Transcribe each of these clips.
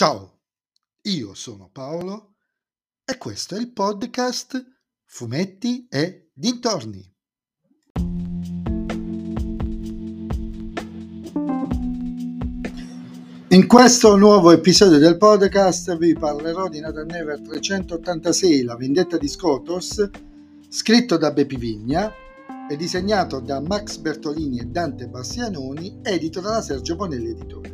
Ciao, io sono Paolo e questo è il podcast Fumetti e Dintorni. In questo nuovo episodio del podcast vi parlerò di Nathan Never 386, La vendetta di Skotos, scritto da Bepi Vigna e disegnato da Max Bertolini e Dante Bastianoni, edito dalla Sergio Bonelli Editore.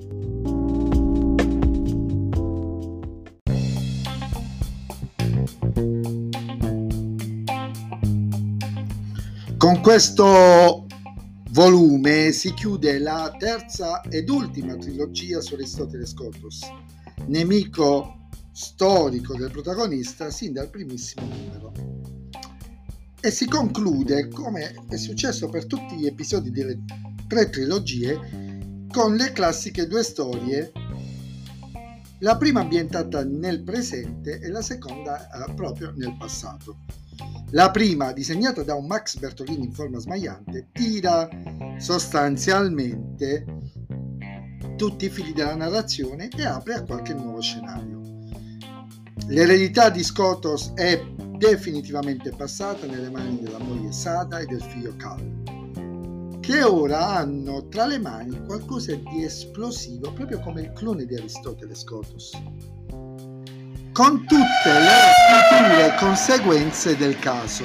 Con questo volume si chiude la terza ed ultima trilogia su Aristotele Skotos, nemico storico del protagonista sin dal primissimo numero. E si conclude, come è successo per tutti gli episodi delle tre trilogie, con le classiche due storie, la prima ambientata nel presente e la seconda proprio nel passato. La prima, disegnata da un Max Bertolini in forma smagliante, tira sostanzialmente tutti i fili della narrazione e apre a qualche nuovo scenario. L'eredità di Skotos è definitivamente passata nelle mani della moglie Sada e del figlio Cal, che ora hanno tra le mani qualcosa di esplosivo, proprio come il clone di Aristotele Skotos, con tutte le future conseguenze del caso.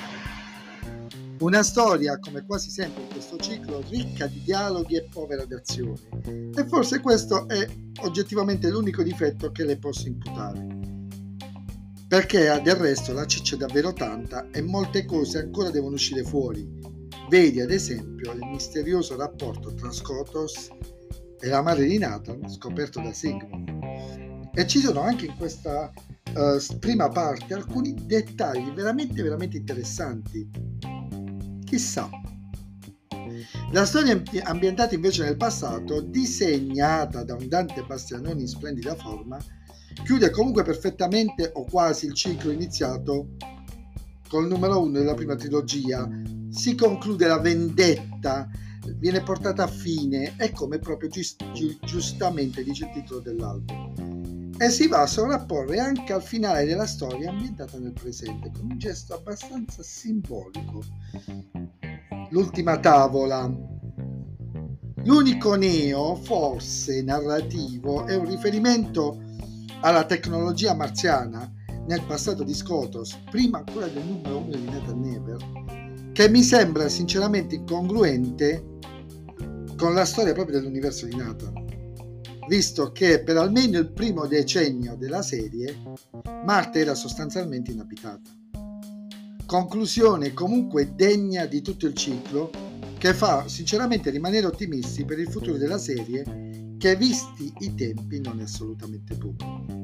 Una storia, come quasi sempre in questo ciclo, ricca di dialoghi e povera d'azione, e forse questo è oggettivamente l'unico difetto che le posso imputare, perché del resto la ciccia è davvero tanta e molte cose ancora devono uscire fuori. Vedi ad esempio il misterioso rapporto tra Skotos e la madre di Nathan, scoperto da Sigmund. E ci sono anche in questa prima parte alcuni dettagli veramente interessanti. Chissà. La storia ambientata invece nel passato, disegnata da un Dante Bastianoni in splendida forma, chiude comunque perfettamente o quasi il ciclo iniziato col numero 1 della prima trilogia. Si conclude la vendetta, viene portata a fine, e come proprio giustamente dice il titolo dell'album, e si va a sovrapporre anche al finale della storia ambientata nel presente, con un gesto abbastanza simbolico. L'ultima tavola. L'unico neo, forse narrativo, è un riferimento alla tecnologia marziana nel passato di Skotos, prima ancora del numero 1 di Nathan Never, che mi sembra sinceramente incongruente con la storia proprio dell'universo di Nathan, visto che per almeno il primo decennio della serie Marte era sostanzialmente inabitata. Conclusione comunque degna di tutto il ciclo, che fa sinceramente rimanere ottimisti per il futuro della serie, che visti i tempi non è assolutamente poco.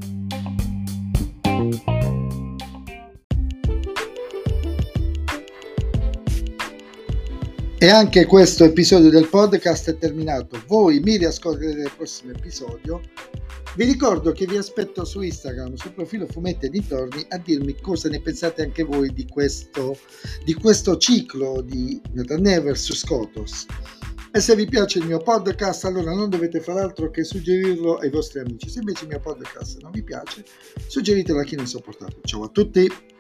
E anche questo episodio del podcast è terminato. Voi mi riascolterete nel prossimo episodio. Vi ricordo che vi aspetto su Instagram, sul profilo Fumetti e Dintorni, a dirmi cosa ne pensate anche voi di questo ciclo di Nathan Never su Skotos. E se vi piace il mio podcast, allora non dovete fare altro che suggerirlo ai vostri amici. Se invece il mio podcast non vi piace, suggeritelo a chi non sopportate. Ciao a tutti!